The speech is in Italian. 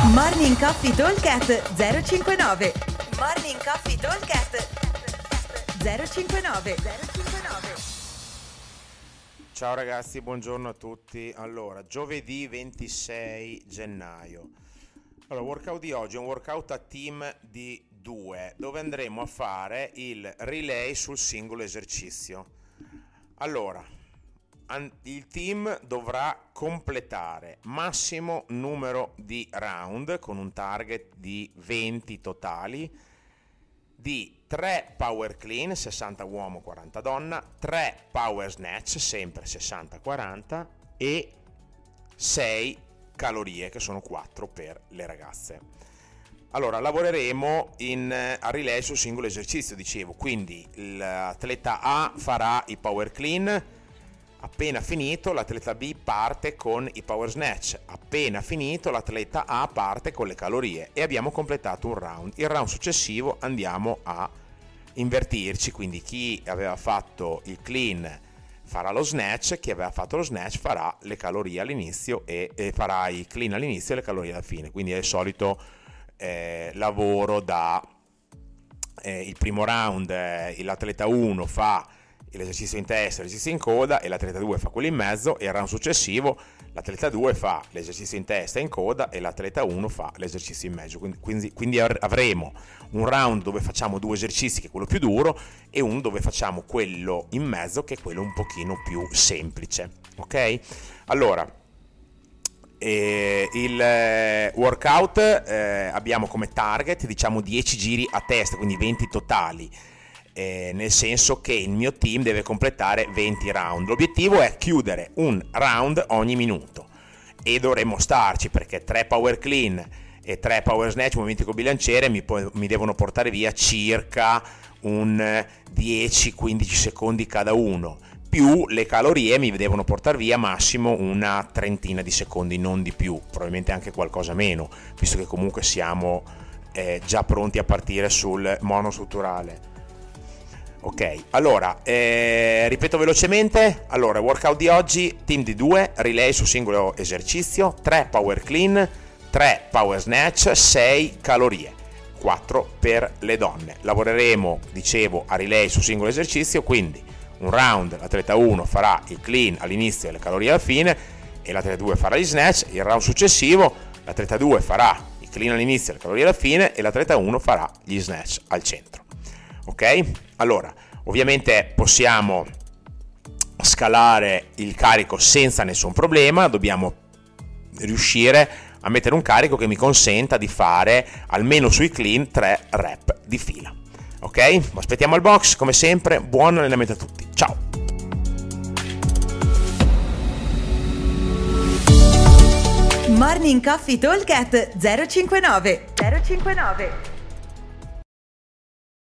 Morning Coffee Talkcast 059. Morning Coffee Talkcast 059. Ciao ragazzi, buongiorno a tutti. Allora, giovedì 26 gennaio. Allora, workout di oggi è un workout a team di 2, dove andremo a fare il relay sul singolo esercizio. Allora, il team dovrà completare massimo numero di round con un target di 20 totali, di 3 power clean 60 uomo 40 donna, 3 power snatch sempre 60-40 e 6 calorie che sono 4 per le ragazze. Allora, lavoreremo a relay sul singolo esercizio, dicevo, quindi l'atleta A farà i power clean. Appena finito, l'atleta B parte con i power snatch. Appena finito, l'atleta A parte con le calorie e abbiamo completato un round. Il round successivo andiamo a invertirci, quindi chi aveva fatto il clean farà lo snatch, chi aveva fatto lo snatch farà le calorie all'inizio e farà i clean all'inizio e le calorie alla fine. Quindi è il solito lavoro il primo round, l'atleta 1 fa l'esercizio in testa, l'esercizio in coda e l'atleta 2 fa quello in mezzo, e il round successivo l'atleta 2 fa l'esercizio in testa e in coda e l'atleta 1 fa l'esercizio in mezzo. Quindi avremo un round dove facciamo 2 esercizi, che è quello più duro, e uno dove facciamo quello in mezzo, che è quello un pochino più semplice. Ok? Allora, il workout abbiamo come target, diciamo, 10 giri a testa, quindi 20 totali. Nel senso che il mio team deve completare 20 round. L'obiettivo è chiudere un round ogni minuto e dovremmo starci, perché 3 power clean e 3 power snatch movimenti col bilanciere mi devono portare via circa un 10-15 secondi cada uno, più le calorie mi devono portare via massimo una trentina di secondi, non di più, probabilmente anche qualcosa meno, visto che comunque siamo già pronti a partire sul monostrutturale. Ok, allora, ripeto velocemente. Allora, workout di oggi, team di 2, relay su singolo esercizio, 3 power clean, 3 power snatch, 6 calorie, 4 per le donne. Lavoreremo, dicevo, a relay su singolo esercizio, quindi un round l'atleta 1 farà il clean all'inizio e le calorie alla fine, e l'atleta 2 farà gli snatch. Il round successivo l'atleta 2 farà il clean all'inizio e le calorie alla fine, e l'atleta 1 farà gli snatch al centro. Ok? Allora, ovviamente possiamo scalare il carico senza nessun problema, dobbiamo riuscire a mettere un carico che mi consenta di fare almeno sui clean 3 rep di fila. Ok? Aspettiamo al box, come sempre, buon allenamento a tutti. Ciao! Morning Coffee Talkcast 059.